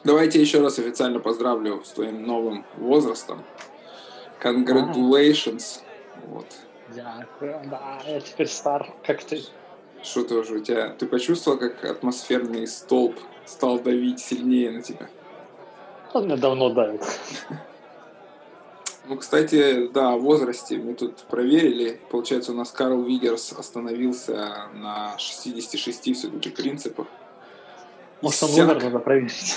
Давайте еще раз официально поздравлю с твоим новым возрастом. Congratulations. Вот. Дякую, да, я теперь стар, как ты. Что ты уже у тебя? Ты почувствовал, как атмосферный столб стал давить сильнее на тебя? Он меня давно давит. Ну, кстати, да, о возрасте мы тут проверили. Получается, у нас Карл Вигерс остановился на 66 все-таки принципах. Может, он умер, надо проверить.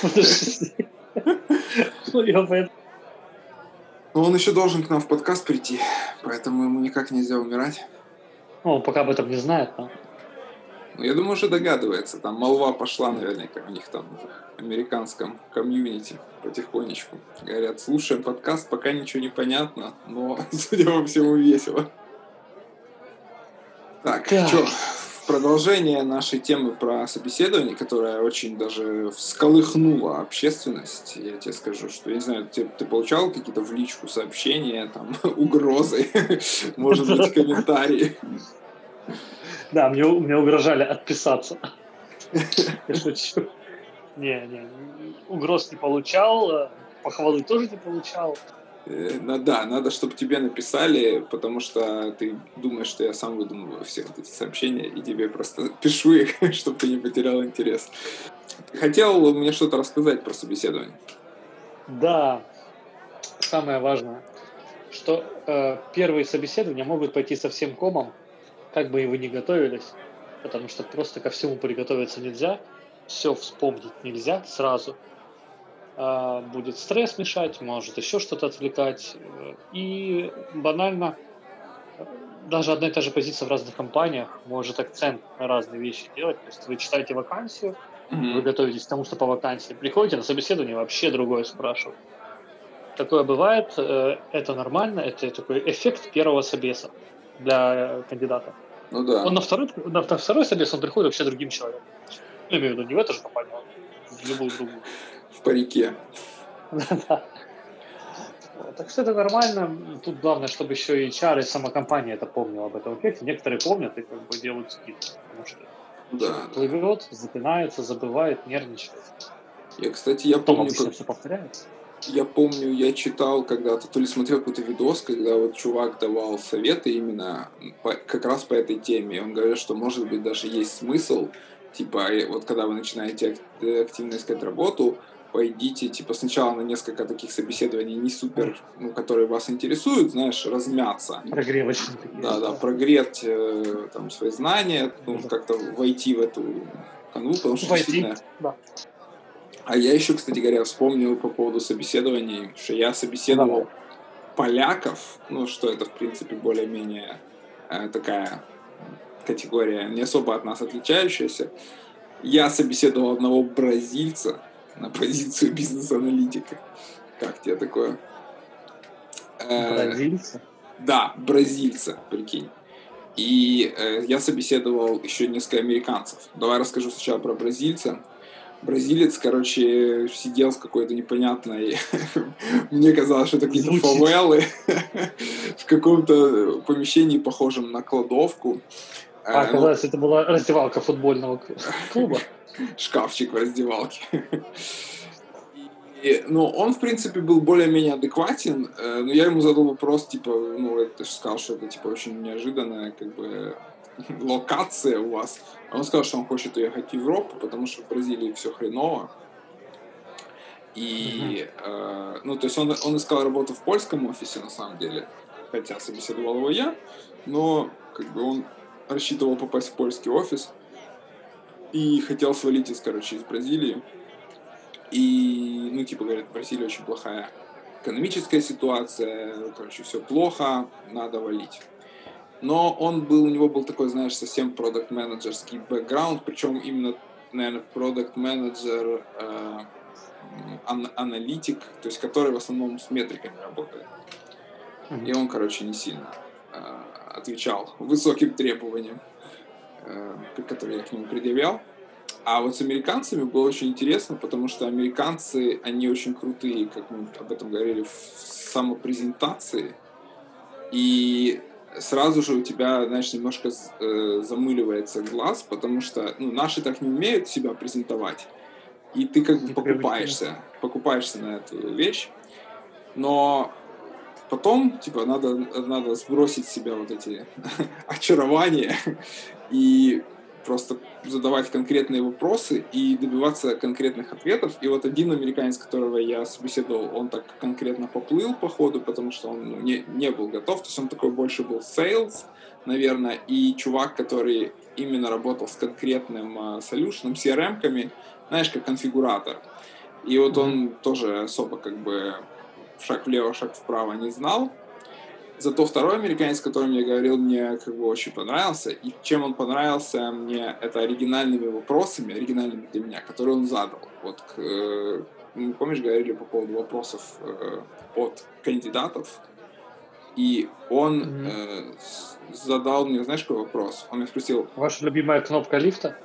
Но он еще должен к нам в подкаст прийти, поэтому ему никак нельзя умирать. Ну, он пока об этом не знает, но... Ну, я думаю, уже догадывается. Там молва пошла наверняка у них там в американском комьюнити потихонечку. Говорят, слушаем подкаст, пока ничего не понятно, но, судя по всему, весело. Так, что, в продолжение нашей темы про собеседование, которая очень даже всколыхнула общественность, я тебе скажу, что, я не знаю, ты получал какие-то в личку сообщения, там, угрозы, может быть, комментарии? Да, мне угрожали отписаться. Я шучу. Не, угроз не получал, похвалы тоже не получал. Надо, чтобы тебе написали, потому что ты думаешь, что я сам выдумываю все вот эти сообщения, и тебе просто пишу их, чтобы ты не потерял интерес. Ты хотел мне что-то рассказать про собеседование? Да, самое важное, что первые собеседования могут пойти совсем комом, как бы и вы ни готовились, потому что просто ко всему приготовиться нельзя, все вспомнить нельзя сразу. Будет стресс мешать, может еще что-то отвлекать. И банально, даже одна и та же позиция в разных компаниях может акцент на разные вещи делать. То есть вы читаете вакансию, вы готовитесь к тому, что по вакансии. Приходите на собеседование, вообще другое спрашивают. Такое бывает, это нормально, это такой эффект первого собеса для кандидата. Ну да. Он на второй собес он приходит вообще другим человеком. Я имею в виду не в эту же компанию, а в любую другую. В парике. Да. Так что это нормально. Тут главное, чтобы еще и HR, и сама компания это помнила об этом эффекте. Некоторые помнят и как бы делают скидку, потому что человек плывет, запинается, забывает, нервничает. Я помню, обычно все повторяется. Я помню, я читал когда-то, то ли смотрел какой-то видос, когда вот чувак давал советы именно как раз по этой теме. Он говорит, что может быть даже есть смысл, типа, вот когда вы начинаете активно искать работу, пойдите, типа, сначала на несколько таких собеседований не супер, которые вас интересуют, знаешь, размяться. Прогревочные такие. Да, прогреть там свои знания, как-то войти в эту канву, потому что действительно... Да. А я еще, кстати говоря, вспомнил по поводу собеседований, что я собеседовал поляков, что это, в принципе, более-менее такая категория, не особо от нас отличающаяся. Я собеседовал одного бразильца на позицию бизнес-аналитика. Как тебе такое? Бразильца? Да, бразильца, прикинь. И я собеседовал еще несколько американцев. Давай расскажу сначала про бразильца. Бразилец, короче, сидел с какой-то непонятной... Мне казалось, что это какие-то фавелы в каком-то помещении, похожем на кладовку. Оказалось, это была раздевалка футбольного клуба. Шкафчик в раздевалке. Он, в принципе, был более-менее адекватен, но я ему задал вопрос, типа, ты же сказал, что это, типа, очень неожиданная, как бы, локация у вас. Он сказал, что он хочет уехать в Европу, потому что в Бразилии все хреново. И, то есть он искал работу в польском офисе, на самом деле, хотя собеседовал его я, но, как бы, он рассчитывал попасть в польский офис и хотел свалить из Бразилии. И, говорят, в Бразилии очень плохая экономическая ситуация, все плохо, надо валить. Но у него был такой, знаешь, совсем продакт-менеджерский бэкграунд, причем именно, наверное, продакт-менеджер, аналитик, то есть который в основном с метриками работает. И он, не сильно отвечал высоким требованиям, которые я к нему предъявлял. А вот с американцами было очень интересно, потому что американцы, они очень крутые, как мы об этом говорили, в самопрезентации. И сразу же у тебя, знаешь, немножко замыливается глаз, потому что наши так не умеют себя презентовать. и ты как бы покупаешься на эту вещь, но потом, типа, надо сбросить с себя вот эти очарования и просто задавать конкретные вопросы и добиваться конкретных ответов. И вот один американец, которого я собеседовал, он так конкретно поплыл по ходу, потому что он не был готов. То есть он такой больше был sales, наверное, и чувак, который именно работал с конкретным solution, CRM-ками, знаешь, как конфигуратор. И вот он тоже особо как бы шаг влево, шаг вправо не знал. Зато второй американец, с которым я говорил, мне как бы очень понравился. И чем он понравился мне, это оригинальными вопросами, оригинальными для меня, которые он задал. Вот, помнишь, говорили по поводу вопросов от кандидатов? И он задал мне, знаешь, какой вопрос? Он меня спросил... Ваша любимая кнопка лифта?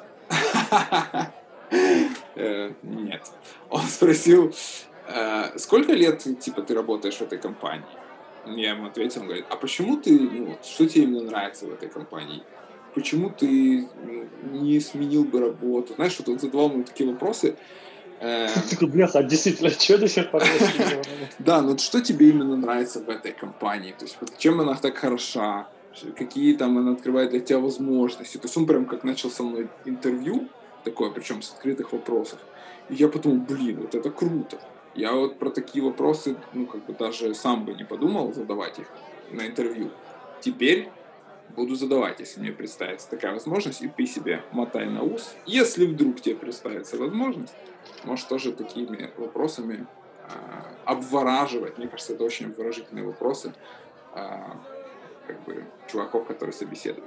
Нет. Он спросил, сколько лет, типа, ты работаешь в этой компании? Я ему ответил, он говорит, а почему ты, что тебе именно нравится в этой компании? Почему ты не сменил бы работу? Знаешь, вот он задавал мне такие вопросы. Такой, бляха, действительно, что до сих пор? Да, но что тебе именно нравится в этой компании? То есть, вот чем она так хороша? Какие там она открывает для тебя возможности? То есть он прям как начал со мной интервью, такое, причем с открытых вопросов. И я подумал, блин, вот это круто. Я вот про такие вопросы, как бы даже сам бы не подумал задавать их на интервью. Теперь буду задавать, если мне представится такая возможность, и ты себе мотай на ус. Если вдруг тебе представится возможность, можешь тоже такими вопросами обвораживать. Мне кажется, это очень обворожительные вопросы как бы чуваков, которые собеседуют.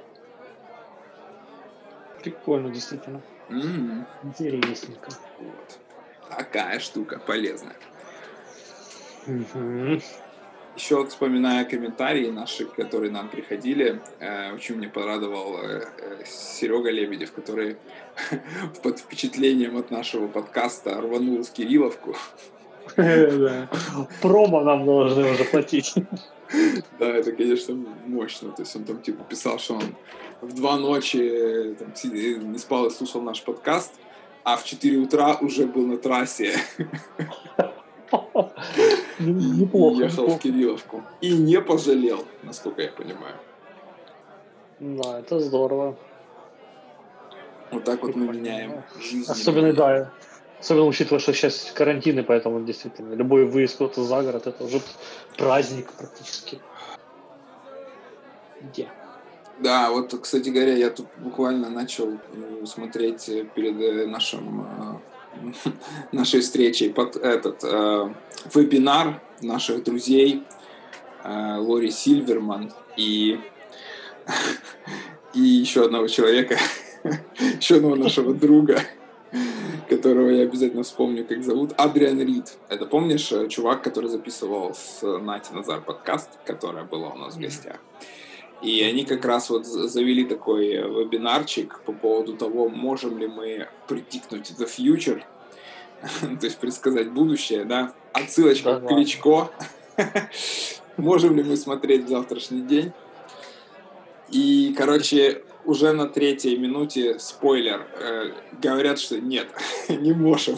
Прикольно, действительно. Интересненько. Вот. Такая штука полезная. Еще вот вспоминая комментарии наши, которые нам приходили, очень мне порадовал Серега Лебедев, который под впечатлением от нашего подкаста рванул в Кирилловку. Промо нам должны уже платить. Да, это, конечно, мощно. То есть он там типа писал, что он в 2 ночи там, не спал и слушал наш подкаст, а в 4 утра уже был на трассе. Неплохо. Ехал в Кирилловку. И не пожалел, насколько я понимаю. Да, это здорово. Вот так вот мы меняем жизнь. Особенно, да. Особенно учитывая, что сейчас карантин, и поэтому действительно любой выезд куда-то за город, это уже праздник практически. Где? Да, вот, кстати говоря, я тут буквально начал смотреть перед нашей встречей под этот вебинар наших друзей Лори Сильверман и еще одного человека, еще одного нашего друга, которого я обязательно вспомню, как зовут, Адриан Рид. Это помнишь, чувак, который записывал с Нати Назар подкаст, которая была у нас в гостях? И они как раз вот завели такой вебинарчик по поводу того, можем ли мы предиктнуть the future, то есть предсказать будущее, да? Отсылочка к Кличко. Можем ли мы смотреть в завтрашний день? И, короче, уже на 3-й минуте спойлер. Говорят, что нет, не можем.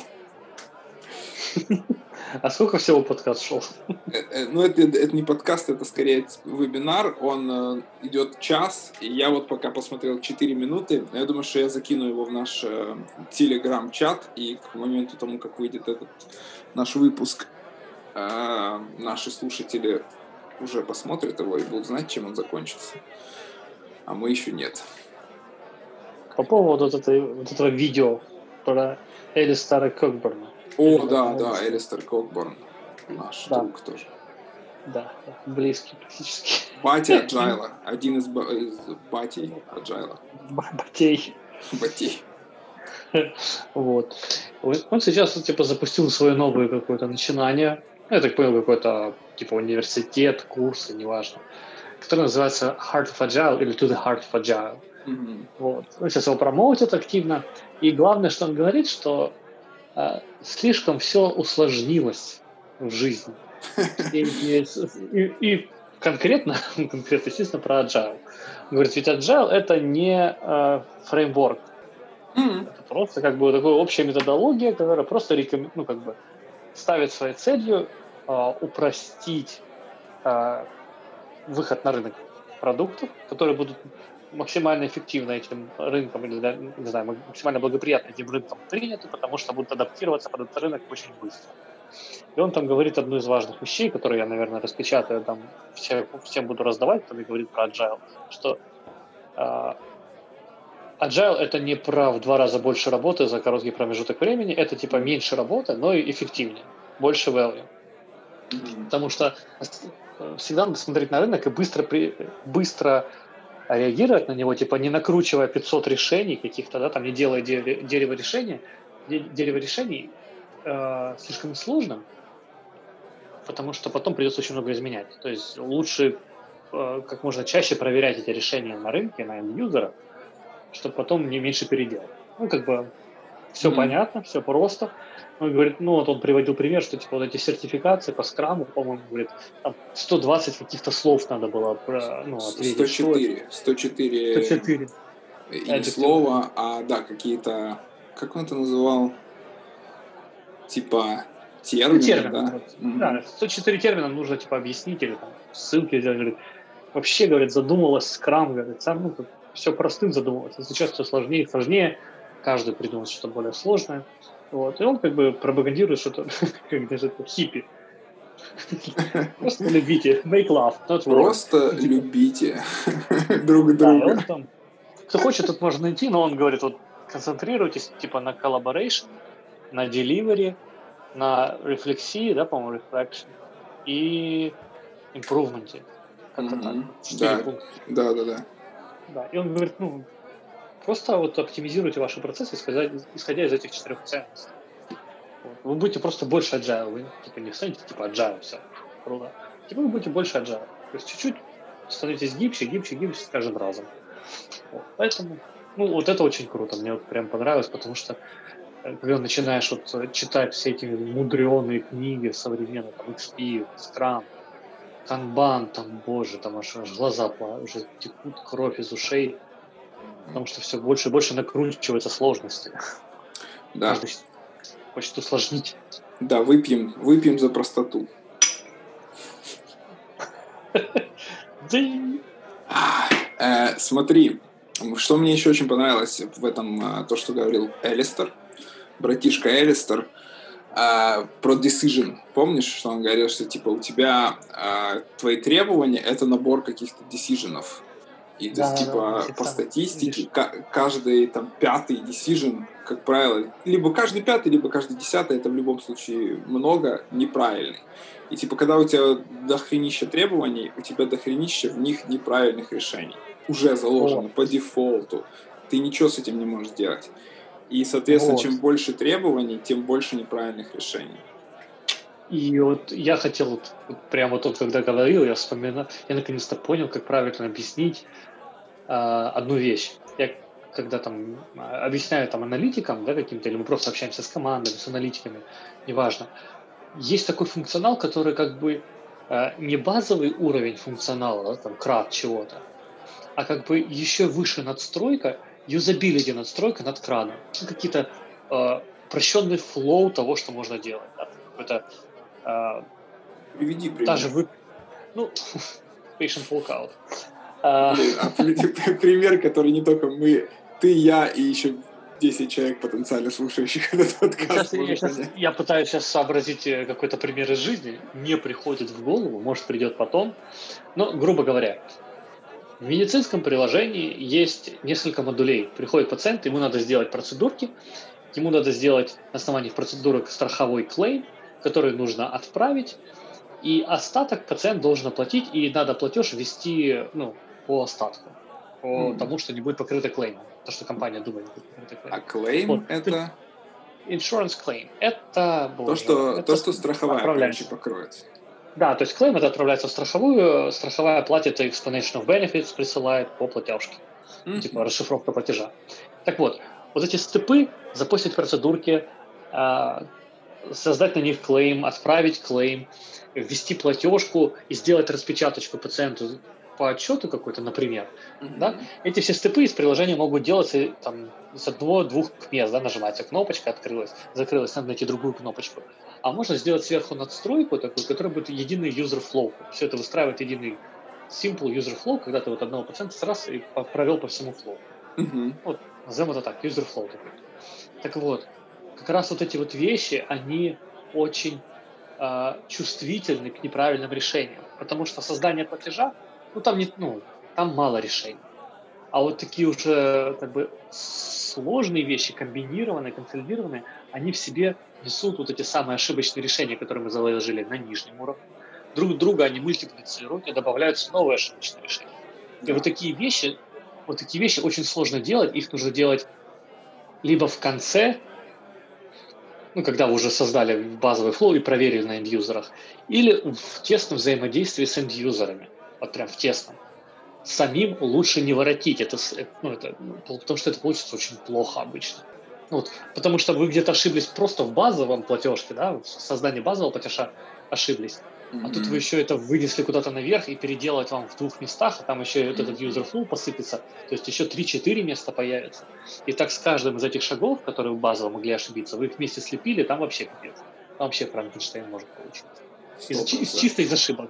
А сколько всего подкаст шел? Ну, это не подкаст, это скорее вебинар. Он идет час, и я вот пока посмотрел 4 минуты. Я думаю, что я закину его в наш телеграм-чат, и к моменту тому, как выйдет этот наш выпуск, наши слушатели уже посмотрят его и будут знать, чем он закончится. А мы еще нет. По поводу вот этого видео про Элистера Кокборна. О, да, Элистер Кокборн. Наш друг тоже. Да, близкий практически. Батя Аджайла. Один из батей Аджайла. Батей. Вот. Он сейчас типа запустил свое новое какое-то начинание. Я так понял, какой-то типа университет, курсы, неважно. Который называется Heart of Agile или To the Heart of Agile. Вот. Он сейчас его промоутит активно. И главное, что он говорит, что слишком все усложнилось в жизни. И конкретно, естественно, про Agile. Говорит, ведь Agile — это не фреймворк. Это просто как бы такая общая методология, которая просто ставит своей целью упростить выход на рынок продуктов, которые будут максимально эффективно этим рынком, или, не знаю, максимально благоприятно этим рынком приняты, потому что будут адаптироваться под этот рынок очень быстро. И он там говорит одну из важных вещей, которые я, наверное, распечатаю, там всем буду раздавать, кто говорит про agile, что agile — это не про в 2 раза больше работы за короткий промежуток времени, это типа меньше работы, но и эффективнее, больше value. Потому что всегда надо смотреть на рынок и быстро реагировать на него, типа не накручивая 500 решений каких-то, да, там не делая дерево решений слишком сложным, потому что потом придется очень много изменять. То есть лучше как можно чаще проверять эти решения на рынке, на end-юзера, чтобы потом не меньше переделать. Все понятно, все просто. Он говорит, он приводил пример, что типа вот эти сертификации по скраму, по-моему, говорит, там 120 каких-то слов надо было ответить. 104 и слова, какие-то, как он это называл, типа термины, да? Да, 104 термина нужно типа объяснить или там ссылки сделать. Говорит, вообще, говорит, задумалась скрам, говорит, все простым задумалось. Сейчас все сложнее и сложнее, каждый придумал что-то более сложное. Вот. И он как бы пропагандирует что-то, как даже хиппи. Просто любите, make love, not war. Просто любите друг друга. Да, кто хочет, тут можно найти, но он говорит, вот концентрируйтесь типа на collaboration, на delivery, на рефлексии, да, по-моему, reflection, и improvement. Как-то так. 4 пункта. Да. И он говорит, просто вот оптимизируйте ваши процессы, исходя из этих 4 ценностей. Вот. Вы будете просто больше agile. Вы типа не станете типа agile, все, круто. Типа вы будете больше agile. То есть чуть-чуть становитесь гибче с каждым разом. Вот. Поэтому, вот это очень круто. Мне вот прям понравилось, потому что когда начинаешь вот читать все эти мудреные книги современные, там XP, Scrum, Kanban, там, боже, там аж глаза уже текут, кровь из ушей, потому что все больше и больше накручивается сложности. Да. Каждый хочет усложнить. Да, выпьем за простоту. Смотри, что мне еще очень понравилось в этом, то, что говорил Элистер, братишка Элистер, про decision. Помнишь, что он говорил, что типа у тебя твои требования — это набор каких-то decision'ов. И то есть, по статистике, каждый там 5-й decision, как правило, либо каждый 5-й, либо каждый 10-й, это в любом случае много, неправильный. И типа, когда у тебя дохренища требований, у тебя дохренища в них неправильных решений. Уже заложено по дефолту. Ты ничего с этим не можешь делать. И, соответственно, чем больше требований, тем больше неправильных решений. И вот я хотел, прямо когда говорил, я наконец-то понял, как правильно объяснить одну вещь. Я когда там объясняю там аналитикам, да, каким-то, или мы просто общаемся с командами, с аналитиками, неважно, есть такой функционал, который как бы не базовый уровень функционала, да, там CRUD чего-то, а как бы еще выше надстройка, юзабилити надстройка над CRUD. Какие-то упрощенный флоу того, что можно делать. Да? Какой-то приведи пример. Даже patient walkout. Приведи пример, который не только мы, ты, я и еще 10 человек потенциально слушающих этот подкаст. Я пытаюсь сейчас сообразить какой-то пример из жизни. Не приходит в голову, может, придет потом. Но, грубо говоря, в медицинском приложении есть несколько модулей. Приходит пациент, ему надо сделать процедурки, ему надо сделать на основании процедурок страховой клейм, который нужно отправить, и остаток пациент должен оплатить, и надо платеж ввести по остатку, по тому, что не будет покрыто клеймом, то, что компания думает, будет покрыто клеймом. А клейм это? Insurance claim. Это то, что страховая покроет. Да, то есть клейм это отправляется в страховую, страховая платит explanation of benefits, присылает по платежке, типа расшифровка платежа. Так вот эти степы, запустить процедурки, создать на них клейм, отправить клейм, ввести платежку и сделать распечаточку пациенту по отчету какой-то, например, да, эти все степы из приложения могут делаться там с одного-двух мест, да, нажимается кнопочка, открылась, закрылась, надо найти другую кнопочку. А можно сделать сверху надстройку такую, которая будет единый user flow. Все это выстраивает единый simple user flow, когда ты вот одного процента раз и провел по всему flow. Вот, назовем это так, user flow такой. Так вот, как раз вот эти вот вещи, они очень чувствительны к неправильным решениям, потому что создание платежа, там мало решений. А вот такие уже как бы сложные вещи, комбинированные, консолидированные, они в себе несут вот эти самые ошибочные решения, которые мы заложили на нижнем уровне. Друг друга они мультиплицируют и добавляются новые ошибочные решения. И вот такие вещи очень сложно делать, их нужно делать либо в конце, когда вы уже создали базовый флоу и проверили на энд-юзерах, или в тесном взаимодействии с энд-юзерами, вот прям в тесном. Самим лучше не воротить, потому что это получится очень плохо обычно. Потому что вы где-то ошиблись просто в базовом платежке, да, в создании базового платежа ошиблись, а тут вы еще это вынесли куда-то наверх и переделать вам в двух местах, а там еще вот этот user flow посыпется, то есть еще 3-4 места появится. И так с каждым из этих шагов, которые в базово могли ошибиться, вы их вместе слепили, там вообще капец. Там вообще Франкенштейн может получиться. Чисто из ошибок.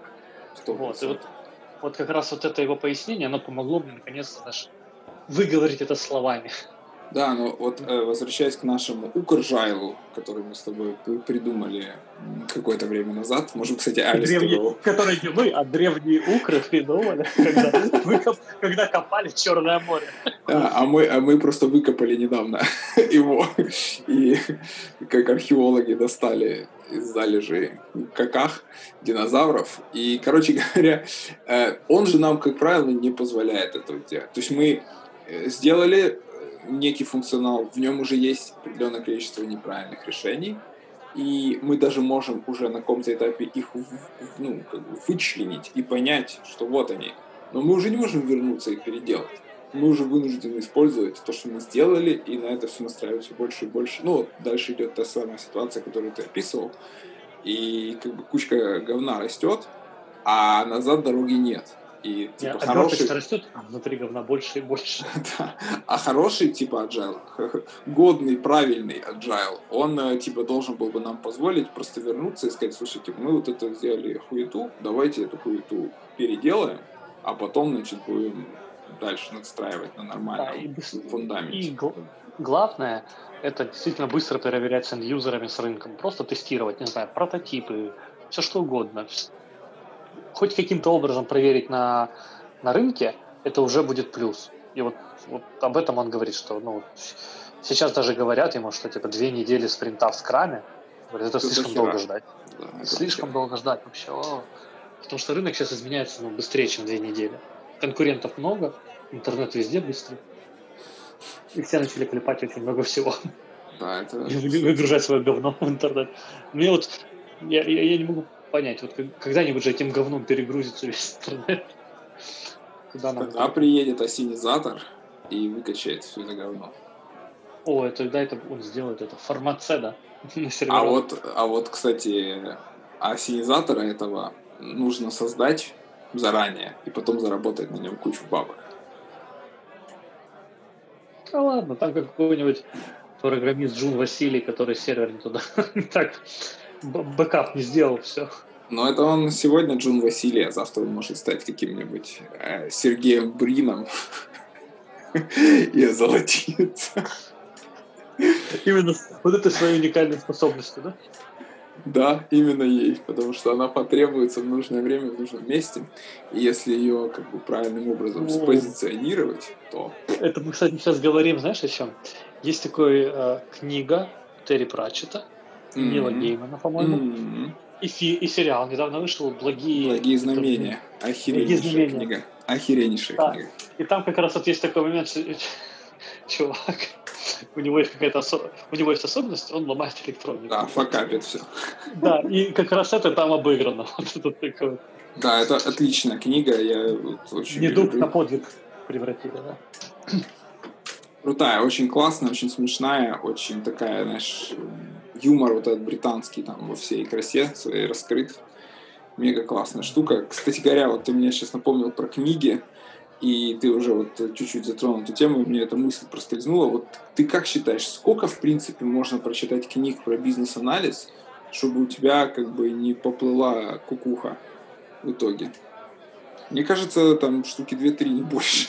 Вот как раз вот это его пояснение, оно помогло мне наконец-то даже выговорить это словами. Да, но вот возвращаясь к нашему Укржайлу, который мы с тобой придумали какое-то время назад, может, кстати, Алистеру... Который не мы, а древние укры придумали, когда копали Черное море. А мы просто выкопали недавно его, и как археологи достали из залежей каках динозавров. И, короче говоря, он же нам, как правило, не позволяет этого делать. То есть мы сделали некий функционал, в нем уже есть определенное количество неправильных решений, и мы даже можем уже на каком-то этапе их вычленить и понять, что вот они. Но мы уже не можем вернуться и переделать. Мы уже вынуждены использовать то, что мы сделали, и на это все настраивать все больше и больше. Дальше идет та самая ситуация, которую ты описывал, и как бы кучка говна растет, а назад дороги нет. И типа хороший растет, а внутри говна больше и больше. Да. А хороший типа agile, годный, правильный agile, он типа должен был бы нам позволить просто вернуться и сказать: слушайте, мы вот это сделали хуету, давайте эту хуету переделаем, а потом, значит, будем дальше надстраивать на нормальном фундаменте. И главное, это действительно быстро проверять с энд-юзерами, с рынком, просто тестировать, не знаю, прототипы, все что угодно. Хоть каким-то образом проверить на рынке, это уже будет плюс. И вот об этом он говорит, что сейчас даже говорят ему, что типа 2 недели спринта в скраме, это слишком долго ждать. Да, слишком долго ждать вообще. Потому что рынок сейчас изменяется быстрее, чем 2 недели. Конкурентов много, интернет везде быстрый. И все начали клепать очень много всего. Да, это... Выгружать свое говно в интернет. Мне я не могу понять, когда-нибудь же этим говном перегрузится весь интернет. Когда приедет осенизатор и выкачает все это говно. Это он сделает это. Формат-С, да? А вот, кстати, осенизатора этого нужно создать заранее и потом заработать на нем кучу бабок. Ладно, там какой-нибудь программист Джун Василий, который сервер не туда так бэкап не сделал, все. Но это он сегодня Джун Василий, а завтра он может стать каким-нибудь Сергеем Брином и озолотиться. Именно вот этой своей уникальной способностью, да? Да, именно ей, потому что она потребуется в нужное время, в нужном месте. И если ее как бы правильным образом спозиционировать, то... Это мы, кстати, сейчас говорим, знаешь, о чем? Есть такая книга Терри Пратчетта, Нила Геймана, по-моему, и сериал недавно вышел «Благие знамения». Охереннейшая книга. Охереннейшая книга. И там как раз вот есть такой момент, что чувак, у него есть особенность, он ломает электронику. Да, факапит все. Да, и как раз это там обыграно. Да, это отличная книга, я очень недуг на подвиг превратили, да. Крутая, очень классная, очень смешная, очень такая, знаешь, юмор вот этот британский там во всей красе своей раскрыт. Мега классная штука. Кстати говоря, вот ты мне сейчас напомнил про книги, и ты уже вот чуть-чуть затронул эту тему, и мне эта мысль проскользнула. Вот ты как считаешь, сколько, в принципе, можно прочитать книг про бизнес-анализ, чтобы у тебя как бы не поплыла кукуха в итоге? Мне кажется, там штуки 2-3, не больше.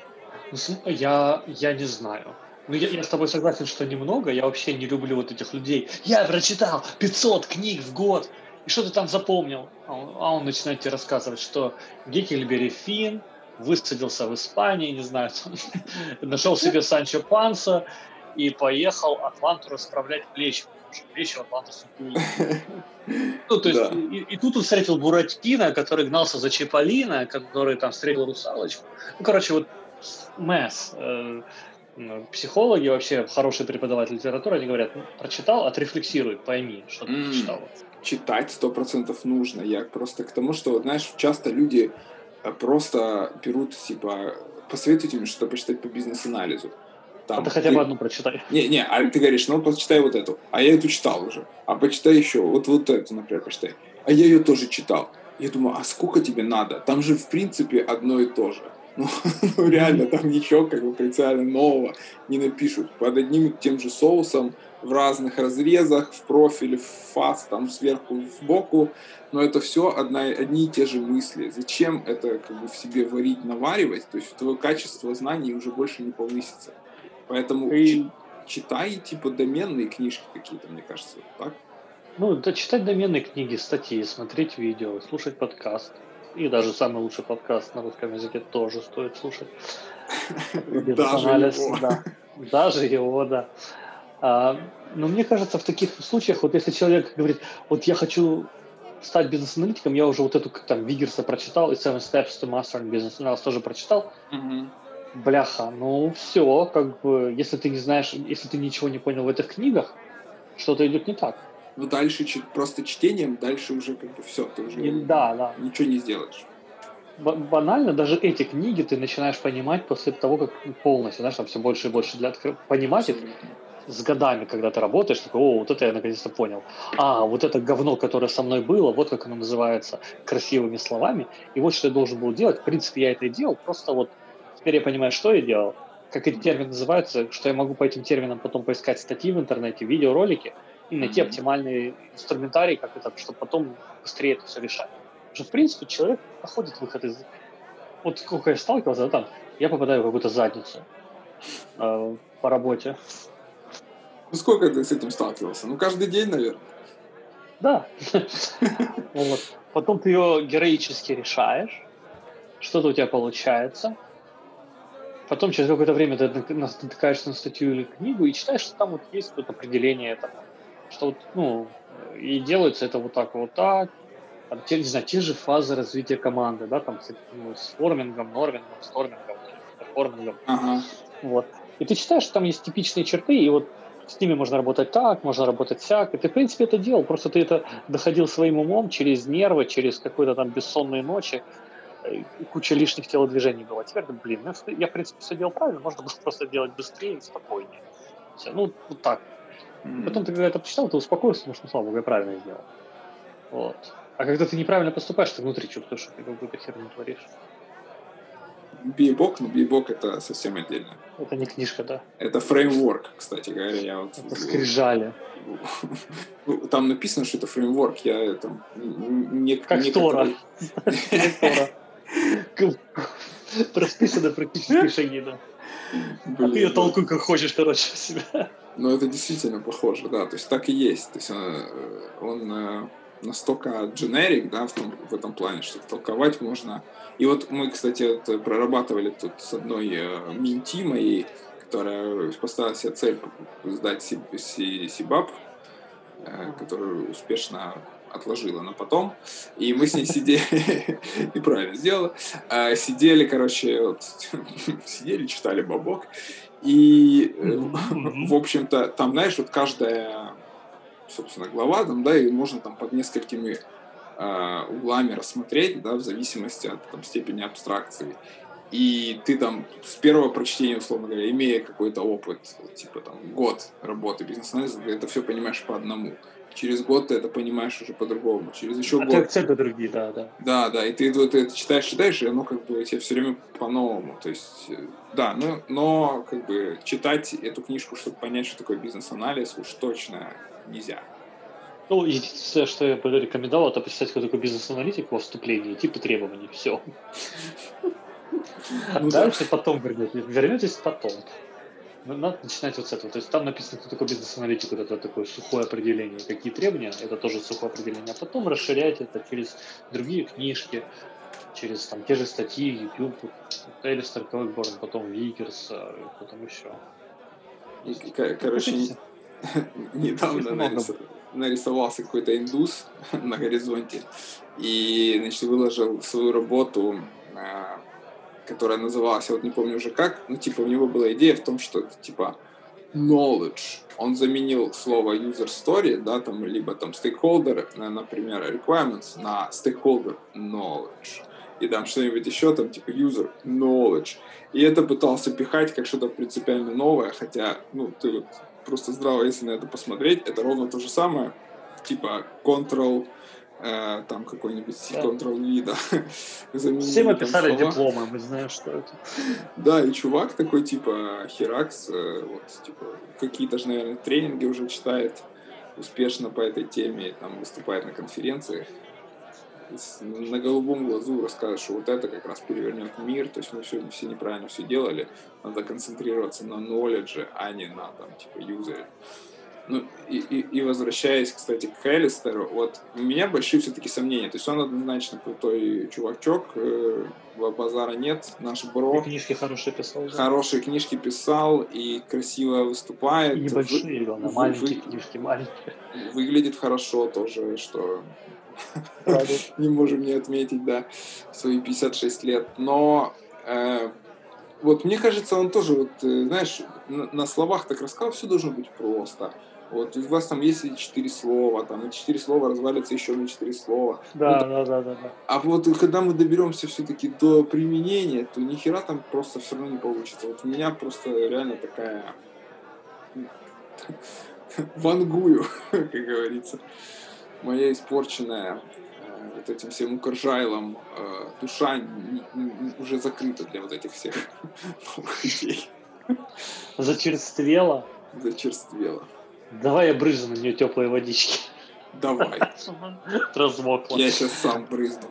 Я не знаю. Ну, я с тобой согласен, что немного. Я вообще не люблю вот этих людей. Я прочитал 500 книг в год. И что ты там запомнил? А он начинает тебе рассказывать, что Геккельбери Финн высадился в Испании, не знаю, нашел себе Санчо Панса и поехал Атланту расправлять плечи, потому что плечи у Атланта сутулые. Ну, то есть, Да. и тут он встретил Буратино, который гнался за Чиполлино, который там встретил русалочку. Ну, короче, вот месс. Психологи, вообще хороший преподаватель литературы, они говорят, прочитал, отрефлексируй, пойми, что ты прочитал. Читать 100% нужно. Я просто к тому, что, знаешь, часто люди просто берут, типа, посоветуйте мне что-то почитать по бизнес-анализу. Там, ты хотя бы одну прочитай. Не, а ты говоришь, ну, почитай вот эту. А я эту читал уже. А почитай еще. Вот эту, например, почитай. А я ее тоже читал. Я думаю, а сколько тебе надо? Там же, в принципе, одно и то же. Ну, реально, там ничего как бы принципиально нового не напишут. Под одним и тем же соусом, в разных разрезах, в профиле, в фас, там сверху, сбоку. Но это все одни и те же мысли. Зачем это как бы в себе варить, наваривать? То есть твое качество знаний уже больше не повысится. Поэтому читай, типа, доменные книжки какие-то, мне кажется, так? Ну, да, читать доменные книги, статьи, смотреть видео, слушать подкаст. И даже самый лучший подкаст на русском языке тоже стоит слушать. Даже его. Да. Даже его, да. Но мне кажется, в таких случаях, вот если человек говорит, вот я хочу стать бизнес-аналитиком, я уже вот эту там Вигерса прочитал, и Seven Steps to Mastering Business Analysis тоже прочитал, бляха, ну все, как бы, если ты не знаешь, если ты ничего не понял в этих книгах, что-то идет не так. Ну, дальше просто чтением, дальше уже как бы все, ты уже ничего не сделаешь. Банально, даже эти книги ты начинаешь понимать после того, как полностью, знаешь, там все больше и больше понимать их с годами, когда ты работаешь, такой, вот это я наконец-то понял. Вот это говно, которое со мной было, вот как оно называется красивыми словами, и вот что я должен был делать. В принципе, я это и делал, просто вот теперь я понимаю, что я делал, как эти термины называются, что я могу по этим терминам потом поискать статьи в интернете, видеоролики и найти оптимальный инструментарий, как это, чтобы потом быстрее это все решать. Потому что, в принципе, человек находит выход из... Вот сколько я сталкивался, там, я попадаю в какую-то задницу по работе. Ну, сколько ты с этим сталкивался? Ну, каждый день, наверное. Да. Вот. Потом ты ее героически решаешь, что-то у тебя получается. Потом через какое-то время ты натыкаешься на статью или книгу и читаешь, что там вот есть какое-то определение этого. Что вот, ну, и делается это вот так, там, не знаю, те же фазы развития команды, да, там с формингом, нормингом, стормингом, перформингом. Вот. И ты читаешь, что там есть типичные черты, и вот с ними можно работать так, можно работать сяк. И ты, в принципе, это делал, просто ты это доходил своим умом через нервы, через какие-то там бессонные ночи, и куча лишних телодвижений было. Теперь, я, в принципе, все делал правильно, можно было просто делать быстрее и спокойнее. Все, ну, вот так. Потом ты, когда это почитал, ты успокоился, потому что, слава богу, я правильно сделал. Вот. А когда ты неправильно поступаешь, ты внутри чувствуешь, что ты какую-то херню творишь. Бибок, но Бибок это совсем отдельно. Это не книжка, да. Это фреймворк, кстати говоря. Это скрижали. Там написано, что это фреймворк. Я там как Тора. Расписаны практически шаги, да. А ты ее толкуй как хочешь, короче, себя. Ну, это действительно похоже, да. То есть так и есть. То есть он настолько generic, да, в этом плане, что толковать можно. И вот мы, кстати, прорабатывали тут с одной менти моей, которая поставила себе цель сдать Сибаб, которую успешно отложила на потом. И мы с ней сидели, и правильно сделала, сидели, короче, сидели, читали Бабок. И, в общем-то, там, знаешь, вот каждая, собственно, глава, там, да, и можно там под несколькими углами рассмотреть, да, в зависимости от там, степени абстракции. и ты там с первого прочтения, условно говоря, имея какой-то опыт, типа там год работы бизнес-анализа, ты это все понимаешь по одному. Через год ты это понимаешь уже по-другому. Через еще год... акценты другие, да. Да, и ты вот это читаешь, и оно как бы тебе все время по-новому. То есть, да, но как бы читать эту книжку, чтобы понять, что такое бизнес-анализ, уж точно нельзя. Ну, единственное, что я бы рекомендовал, это почитать, кто такой бизнес-аналитик во вступлении, типы требований, все. Дальше потом вернетесь потом. Надо начинать вот с этого. То есть там написано, кто такой бизнес-аналитик, вот это такое сухое определение, какие требования, это тоже сухое определение. А потом расширять это через другие книжки, через там те же статьи, YouTube, Элистер Клэкборн, потом Викерс, потом еще. Короче, недавно нарисовался какой-то индус на горизонте и, значит, выложил свою работу, которая называлась, я вот не помню уже как, но типа у него была идея в том, что типа knowledge, он заменил слово user story, да, там, либо там stakeholder, например, requirements на stakeholder knowledge, и там что-нибудь еще, там, типа user knowledge, и это пытался пихать как что-то принципиально новое, хотя, ну, ты вот просто здраво, если на это посмотреть, это ровно то же самое, типа control, там какой-нибудь Ctrl-V, да. Все мы писали дипломы, мы знаем, что это. Да, и чувак такой, типа, Херакс, вот, типа, какие-то же, наверное, тренинги уже читает успешно по этой теме, там, выступает на конференциях. На голубом глазу рассказывает, что вот это как раз перевернет мир, то есть мы все неправильно все делали, надо концентрироваться на knowledge, а не на, там, типа, юзере. Ну, и возвращаясь, кстати, к Элистеру, вот у меня большие все-таки сомнения. То есть он однозначно крутой чувачок, базара нет, наш бро. И книжки хорошие писал. Да? Хорошие книжки писал и красиво выступает. И небольшие, главное, маленькие книжки, маленькие. Выглядит хорошо тоже, что не можем не отметить, да, свои 56 лет. Но вот мне кажется, он тоже, вот, знаешь, на словах так рассказал, все должно быть просто. Вот у вас там есть 4 слова, там эти 4 слова развалятся еще на 4 слова. Да. А вот когда мы доберемся все-таки до применения, то ни хера там просто все равно не получится. Вот у меня просто реально такая вангую, как говорится, моя испорченная вот этим всем укржайлом душа уже закрыта для вот этих всех новых идей. Зачерствела? Зачерствела. Давай я брызну на нее теплой водички. Давай. Размокла. Я сейчас сам брызну.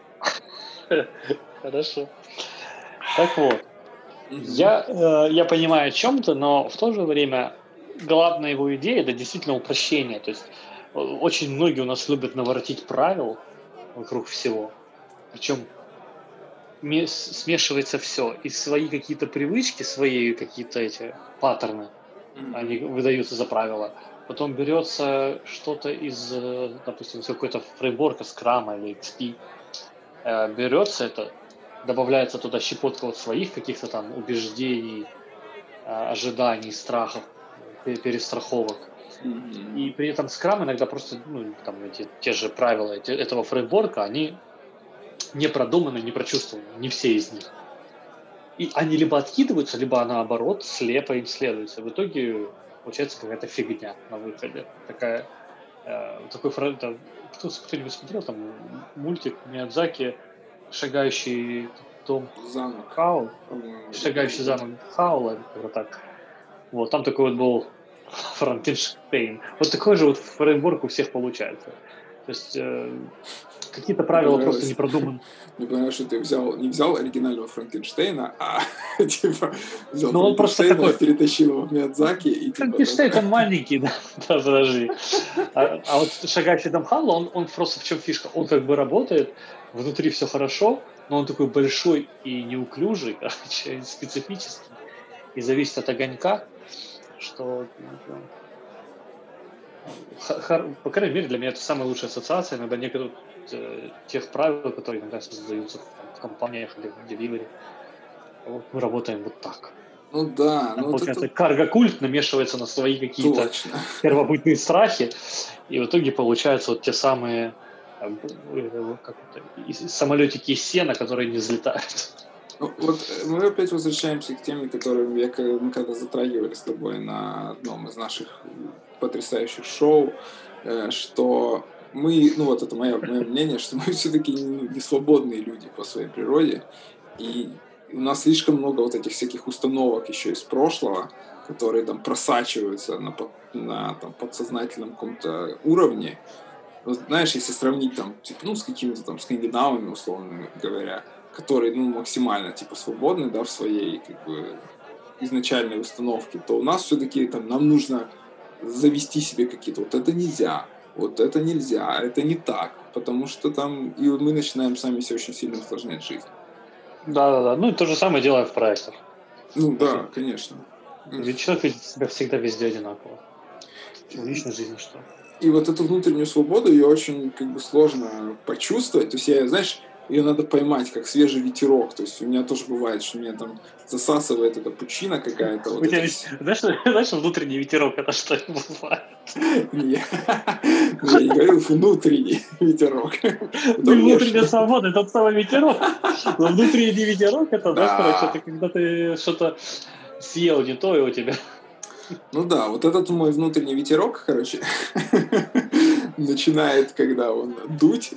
Хорошо. Так вот. Я понимаю о чем-то, но в то же время главная его идея — это действительно упрощение. То есть очень многие у нас любят наворотить правил вокруг всего. Причем смешивается все. И свои какие-то привычки, свои какие-то эти паттерны, они выдаются за правила. Потом берется что-то из, допустим, какой-то фреймворка, скрама или XP. Берется это, добавляется туда щепотка вот своих каких-то там убеждений, ожиданий, страхов, перестраховок. И при этом скрам иногда просто, ну, там, те же правила этого фреймворка, они не продуманы, не прочувствованы, не все из них. И они либо откидываются, либо наоборот слепо им следуются. В итоге получается какая-то фигня на выходе. Такой фреймворк. Кто-нибудь смотрел там мультик Миядзаки «Шагающий дом Хаула», «Шагающий замок Хаула», как-то так. Вот, там такой вот был Франкенштейн. Вот такой же вот фреймворк у всех получается. То есть какие-то правила просто не продуманы. Мне понравилось, что ты не взял оригинального Франкенштейна, а типа взял Франкенштейна, перетащил его в Миядзаки. И, Франкенштейн, он маленький, да, подожди. А вот «Шагающий дом Хаула», он просто в чем фишка? Он как бы работает, внутри все хорошо, но он такой большой и неуклюжий, короче, специфический, и зависит от огонька, что, по крайней мере, для меня это самая лучшая ассоциация, иногда некоторые тех правил, которые иногда создаются в компаниях или в деливере. Вот мы работаем вот так. Ну да. Получается, карго-культ намешивается на свои какие-то первобытные страхи, и в итоге получаются вот те самые самолетики из сена, которые не взлетают. Ну, вот мы опять возвращаемся к теме, которую мы когда затрагивали с тобой на одном из наших потрясающих шоу, что мы, ну вот это мое мнение, что мы все-таки не свободные люди по своей природе, и у нас слишком много вот этих всяких установок еще из прошлого, которые там просачиваются на там, подсознательном каком-то уровне. Вот, знаешь, если сравнить там, типа, ну, с какими-то там скандинавами, условно говоря, которые, ну, максимально, типа, свободны, да, в своей, как бы, изначальной установке, то у нас все-таки там нам нужно завести себе какие-то, вот это нельзя, это не так, потому что там, и мы начинаем сами себе очень сильно усложнять жизнь. Да. Ну и то же самое делаем в проектах. Ну да, конечно. Ведь человек видит себя всегда везде одинаково. В личной жизни что? И вот эту внутреннюю свободу ее очень как бы сложно почувствовать. То есть я, знаешь, ее надо поймать, как свежий ветерок. То есть у меня тоже бывает, что меня там засасывает эта пучина какая-то. Вот знаешь, внутренний ветерок это что бывает? Я не говорю внутренний ветерок. Не внутренняя свобода, это самый ветерок. Но внутренний ветерок это, да, короче, это когда ты что-то съел не то, и у тебя... Ну да, вот этот мой внутренний ветерок, короче, начинает, когда он дуть.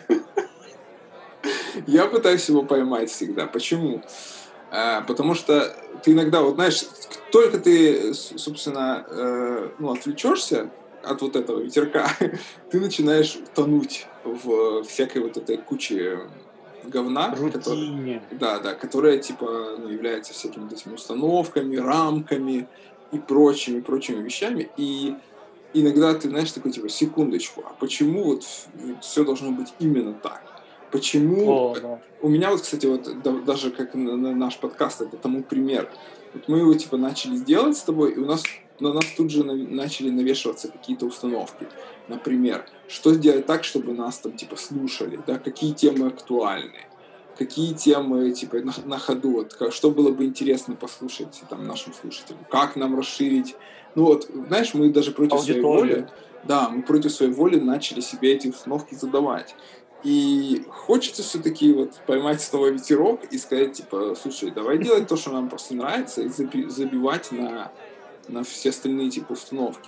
Я пытаюсь его поймать всегда. Почему? Потому что ты иногда, вот знаешь, только ты, собственно, отвлечешься от вот этого ветерка, ты начинаешь тонуть в всякой вот этой куче говна, которая типа является всякими этими установками, рамками и прочими вещами. И иногда ты, знаешь, такой типа, секундочку, а почему вот все должно быть именно так? Почему? У меня вот, кстати, вот даже как на наш подкаст, это тому пример. Вот мы его типа начали делать с тобой, и на нас тут же начали навешиваться какие-то установки. Например, что сделать так, чтобы нас там типа слушали, да, какие темы актуальны, какие темы типа на ходу, вот, что было бы интересно послушать там нашим слушателям, как нам расширить. Ну вот, знаешь, мы даже против своей воли, мы против своей воли начали себе эти установки задавать. И хочется все-таки вот поймать снова ветерок и сказать, типа, слушай, давай делать то, что нам просто нравится, и забивать на все остальные типа установки.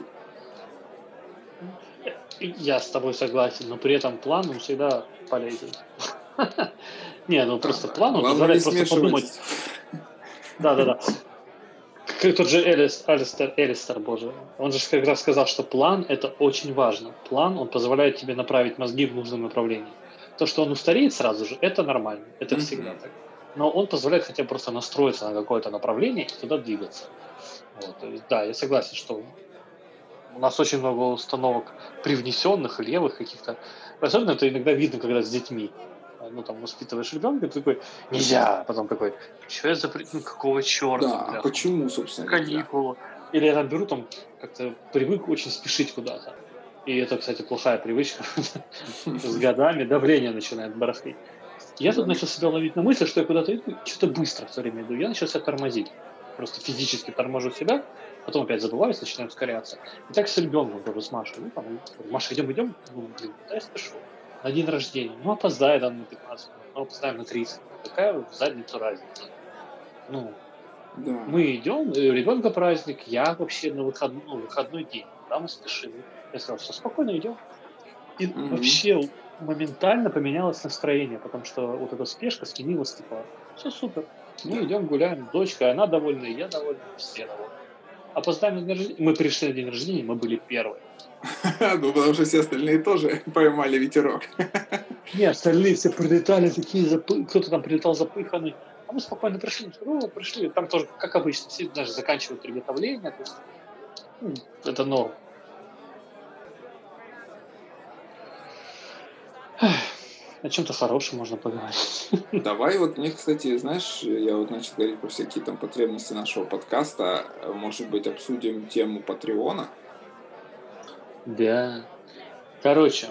Я с тобой согласен, но при этом план он всегда полезен. Не, ну просто план он позволяет просто подумать. Да. Как тот же Элистер, боже. Он же как раз сказал, что план это очень важно. План, он позволяет тебе направить мозги в нужном направлении. То, что он устареет сразу же, это нормально. Это всегда так. Но он позволяет хотя бы просто настроиться на какое-то направление и туда двигаться. Вот. То есть, да, я согласен, что у нас очень много установок привнесенных, левых каких-то. Особенно это иногда видно, когда с детьми. Ну, там, воспитываешь ребенка, ты такой, нельзя, потом такой, что я запретил, какого черта? Да, бляха, почему, собственно? Каникулы. Или я там беру, там, как-то привык очень спешить куда-то. И это, кстати, плохая привычка. С годами давление начинает барахлить. Я тут начал себя ловить на мысли, что я куда-то иду, что-то быстро все время иду. Я начал себя тормозить. Просто физически торможу себя, потом опять забываюсь, начинаю ускоряться. И так с ребенком тоже, с Машей. Ну, там, Маша, идем. Ну, блин, да я спешу. На день рождения. Ну, опоздаю там на 15 минут, ну, опоздаем на 30. Какая в задницу разница? Ну, да. Мы идем, у ребенка праздник, я вообще на выходной день. Да, мы спешим. Я сказал, все, спокойно идем. И вообще моментально поменялось настроение, потому что вот эта спешка сменилась, типа, все супер. Мы идем, гуляем, дочка, она довольна, я довольна, все довольны. Опоздаем на день рождения. Мы пришли на день рождения, мы были первые. Ну, потому что все остальные тоже поймали ветерок. Не, остальные все прилетали такие, кто-то там прилетал запыханный. А мы спокойно пришли. Пришли. Там тоже, как обычно, все даже заканчивают приготовление. То есть, это норм. О чем-то хорошем можно поговорить. Давай вот мне, кстати, знаешь, я вот начал говорить про всякие там потребности нашего подкаста. Может быть, обсудим тему Патреона? Да. Короче,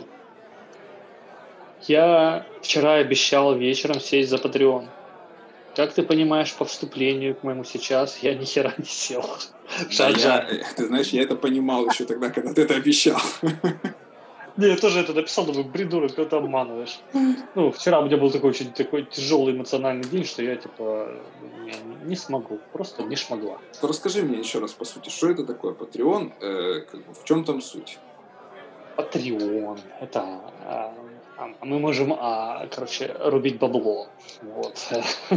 я вчера обещал вечером сесть за Patreon. Как ты понимаешь, по вступлению к моему сейчас, я ни хера не сел. Да, ты знаешь, я это понимал еще тогда, когда ты это обещал. Не, я тоже это написал, думаю, придурок, ты это обманываешь. Ну, вчера у меня был такой очень такой тяжелый эмоциональный день, что я, типа, не смогу, просто не шмогла. То расскажи мне еще раз, по сути, что это такое Patreon, как бы, в чем там суть? Patreon, это... мы можем, короче, рубить бабло. Вот.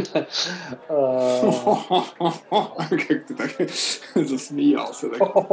Как ты так засмеялся.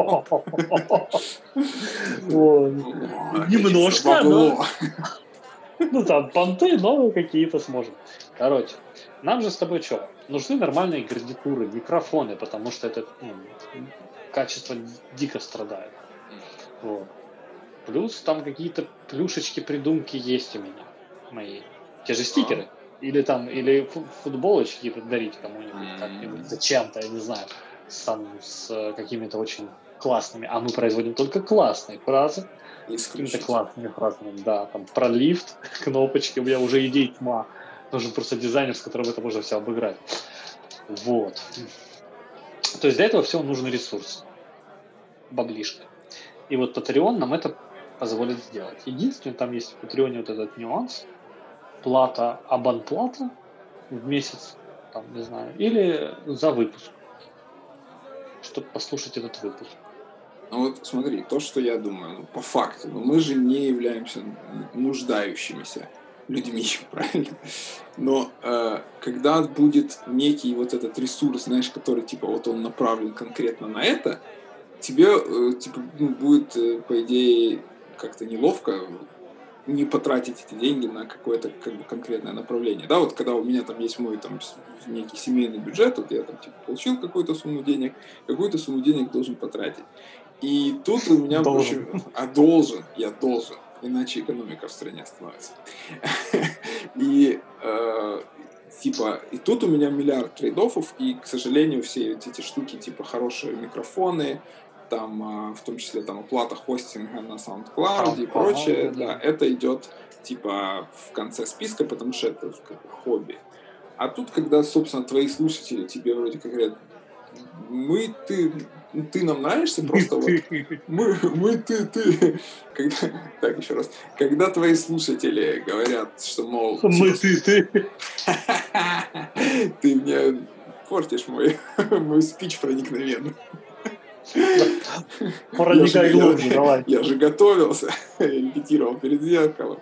Немножко, но... Ну, там понты, но какие-то сможем. Короче, нам же с тобой что? Нужны нормальные гарнитуры, микрофоны, потому что это качество дико страдает. Вот. Плюс там какие-то плюшечки, придумки есть у меня, мои. Те же стикеры. Или футболочки дарить кому-нибудь как-нибудь зачем-то, я не знаю, с какими-то очень классными. А мы производим только классные фразы. С какими-то классными фразами. Да, там про лифт, кнопочки. У меня уже идей тьма. Нужен просто дизайнер, с которым это можно все обыграть. Вот. То есть для этого всего нужен ресурс. Баблишка. И вот Patreon нам это позволит сделать. Единственное, там есть в Patreon вот этот нюанс. Плата, абонплата в месяц, там, не знаю, или за выпуск, чтобы послушать этот выпуск. Ну вот смотри, то, что я думаю, по факту, мы же не являемся нуждающимися людьми, правильно? Но когда будет некий вот этот ресурс, знаешь, который типа вот он направлен конкретно на это, тебе типа будет, по идее, как-то неловко не потратить эти деньги на какое-то как бы конкретное направление. Да, вот когда у меня там есть мой там некий семейный бюджет, вот я там типа получил какую-то сумму денег должен потратить. И тут у меня Должен. я должен, иначе экономика в стране остановится. И типа, и тут у меня миллиард трейд-оффов, и, к сожалению, все эти штуки, типа хорошие микрофоны, там, в том числе там оплата хостинга на SoundCloud и прочее, да, это идет типа в конце списка, потому что это как бы хобби. А тут, когда, собственно, твои слушатели тебе вроде как говорят, ты нам нравишься, просто вот ты. Когда, так, еще раз. Когда твои слушатели говорят, что, мол... ты. Ты мне портишь мой спич проникновенный. Проникай глубже, давай. Я же готовился, репетировал перед зеркалом.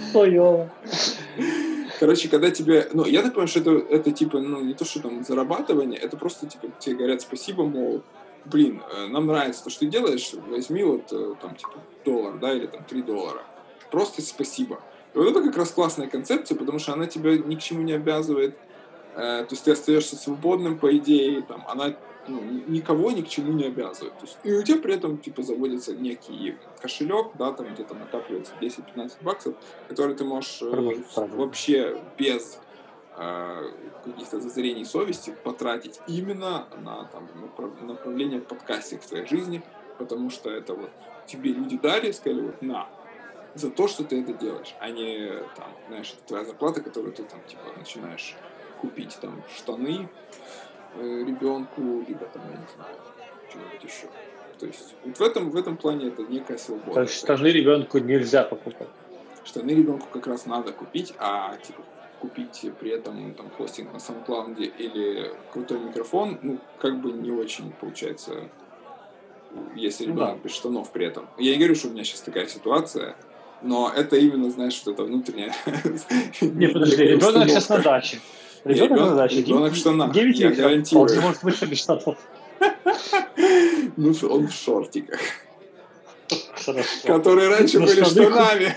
Короче, когда тебе... Ну, я так понимаю, что это типа, ну, не то, что там зарабатывание, это просто, типа, тебе говорят спасибо, мол, блин, нам нравится то, что ты делаешь, возьми вот там, типа, $1, да, или там $3. Просто спасибо. И вот это как раз классная концепция, потому что она тебя ни к чему не обязывает. То есть ты остаешься свободным, по идее, там, она никого ни к чему не обязывает. То есть, и у тебя при этом типа заводится некий кошелек, да, там где-то накапливается 10-15 баксов, который ты можешь вообще без каких-то зазрений совести потратить именно на там, направление подкастинга в твоей жизни, потому что это вот тебе люди дали, сказали, вот на, за то, что ты это делаешь, а не там, знаешь, это твоя зарплата, которую ты там типа начинаешь купить там штаны ребенку, либо там, я не знаю, что-нибудь еще. То есть вот в этом плане это некая свобода. То есть штаны ребенку нельзя покупать. Штаны ребенку как раз надо купить, а типа купить при этом там хостинг на SoundCloud или крутой микрофон, ну, как бы не очень получается, если ребенок без штанов при этом. Я не говорю, что у меня сейчас такая ситуация, но это именно, знаешь, что это внутреннее. Не, подожди, ребенок сейчас на даче. Ребенок в штанах, я гарантирую. Он может быть без штанов. Ну, он в шортиках. Хорошо. Которые раньше были штанами.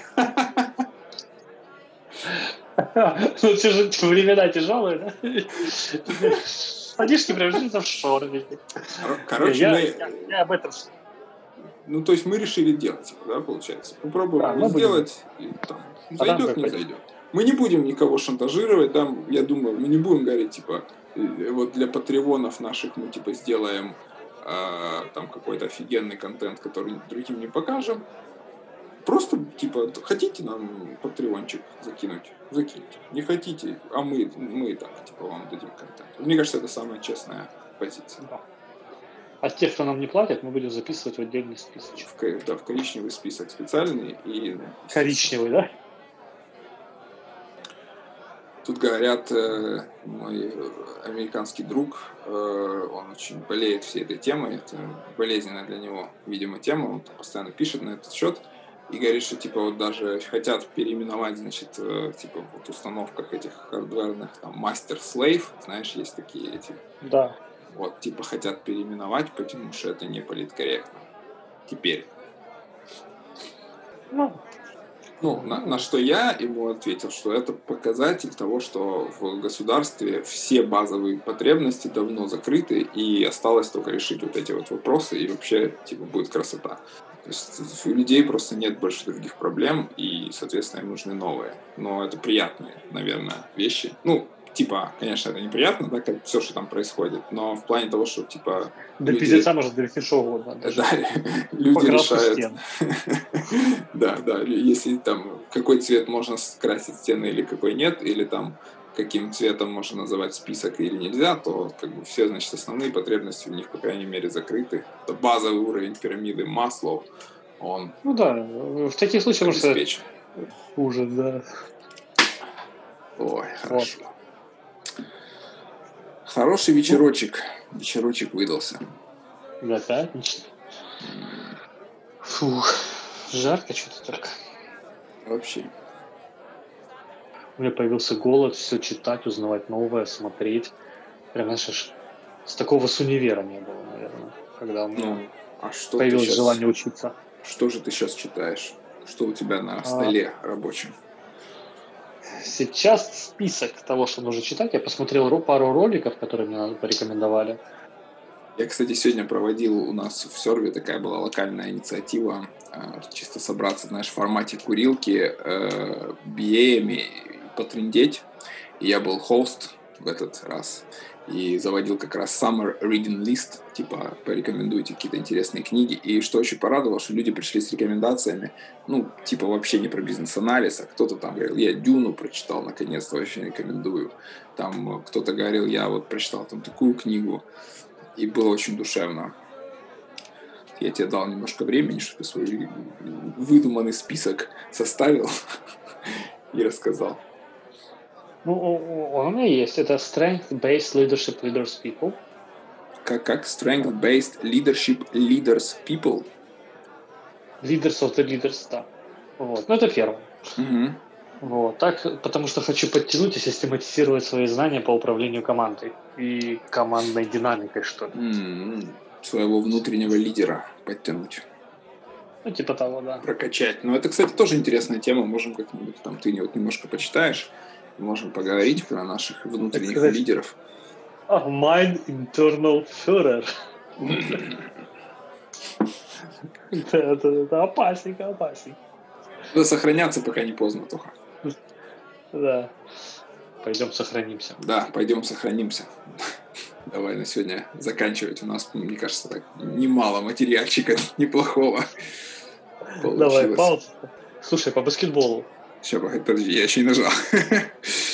Ну, те же времена тяжелые, да? Штанишки превратились в шортики. Короче, я об этом... Ну, то есть мы решили делать, да, получается. Попробуем его сделать, и там зайдет, не зайдет. Мы не будем никого шантажировать, да, я думаю, мы не будем говорить, типа, вот для патреонов наших мы, типа, сделаем там какой-то офигенный контент, который другим не покажем. Просто, типа, хотите нам патреончик закинуть? Закиньте. Не хотите, а мы так, типа, вам дадим контент. Мне кажется, это самая честная позиция. А тех, кто нам не платит, мы будем записывать в отдельный списочек. В коричневый список специальный. И, коричневый, да? Тут говорят, мой американский друг, он очень болеет всей этой темой, это болезненная для него, видимо, тема, он постоянно пишет на этот счет и говорит, что типа вот даже хотят переименовать, значит, типа вот в установках этих хардверных, там, Master-Slave, знаешь, есть такие эти. Да. Вот, типа хотят переименовать, потому что это не политкорректно. Теперь. На что я ему ответил, что это показатель того, что в государстве все базовые потребности давно закрыты, и осталось только решить вот эти вот вопросы, и вообще, типа, будет красота. То есть у людей просто нет больше других проблем, и, соответственно, им нужны новые. Но это приятные, наверное, вещи. Ну, типа, конечно, это неприятно, да, как все, что там происходит, но в плане того, что, типа... Да пиздеца может довести что угодно. Да, люди решают... Да, если там какой цвет можно скрасить стены или какой нет, или там каким цветом можно называть список или нельзя, то как бы все, значит, основные потребности у них, по крайней мере, закрыты. Это базовый уровень пирамиды Маслоу, он... Ну да, в таких случаях обеспечен. Хуже, да. Ой, хорошо. Вот. Хороший вечерочек. Вечерочек выдался. Да, пятничный. Фух, жарко что-то так. Вообще. У меня появился голод все читать, узнавать новое, смотреть. Прям, знаешь, с такого с универа не было, наверное, когда у меня появилось желание учиться. Что же ты сейчас читаешь? Что у тебя на столе рабочем? Сейчас список того, что нужно читать. Я посмотрел пару роликов, которые мне порекомендовали. Я, кстати, сегодня проводил у нас в сервере, такая была локальная инициатива, чисто собраться, знаешь, в формате курилки, BA-ми, потрындеть. И я был хост в этот раз. И заводил как раз Summer Reading List, типа, порекомендуйте какие-то интересные книги. И что очень порадовало, что люди пришли с рекомендациями, ну, типа, вообще не про бизнес-анализ, а кто-то там говорил, я Дюну прочитал, наконец-то, вообще рекомендую. Там кто-то говорил, я вот прочитал там такую книгу, и было очень душевно. Я тебе дал немножко времени, чтобы свой выдуманный список составил и рассказал. Ну, он у меня есть. Это Strength-Based Leadership Leaders People. Как? Strength-Based Leadership Leaders People? Leaders of the Leaders, да. Вот. Ну, это первое. Угу. Вот. Так, потому что хочу подтянуть и систематизировать свои знания по управлению командой и командной динамикой, что ли. Своего внутреннего лидера подтянуть. Ну, типа того, да. Прокачать. Но это, кстати, тоже интересная тема. Можем как-нибудь там, ты вот немножко почитаешь, можем поговорить про наших внутренних лидеров. Mein internal Führer. Это опасненько. Да, сохраняться пока не поздно, Тоха. Да. Пойдем сохранимся. Да, пойдем сохранимся. Давай на сегодня заканчивать. У нас, мне кажется, так немало материальчика неплохого получилось. Давай, пауза. Слушай, по баскетболу. Сейчас, подожди, я еще не нажал.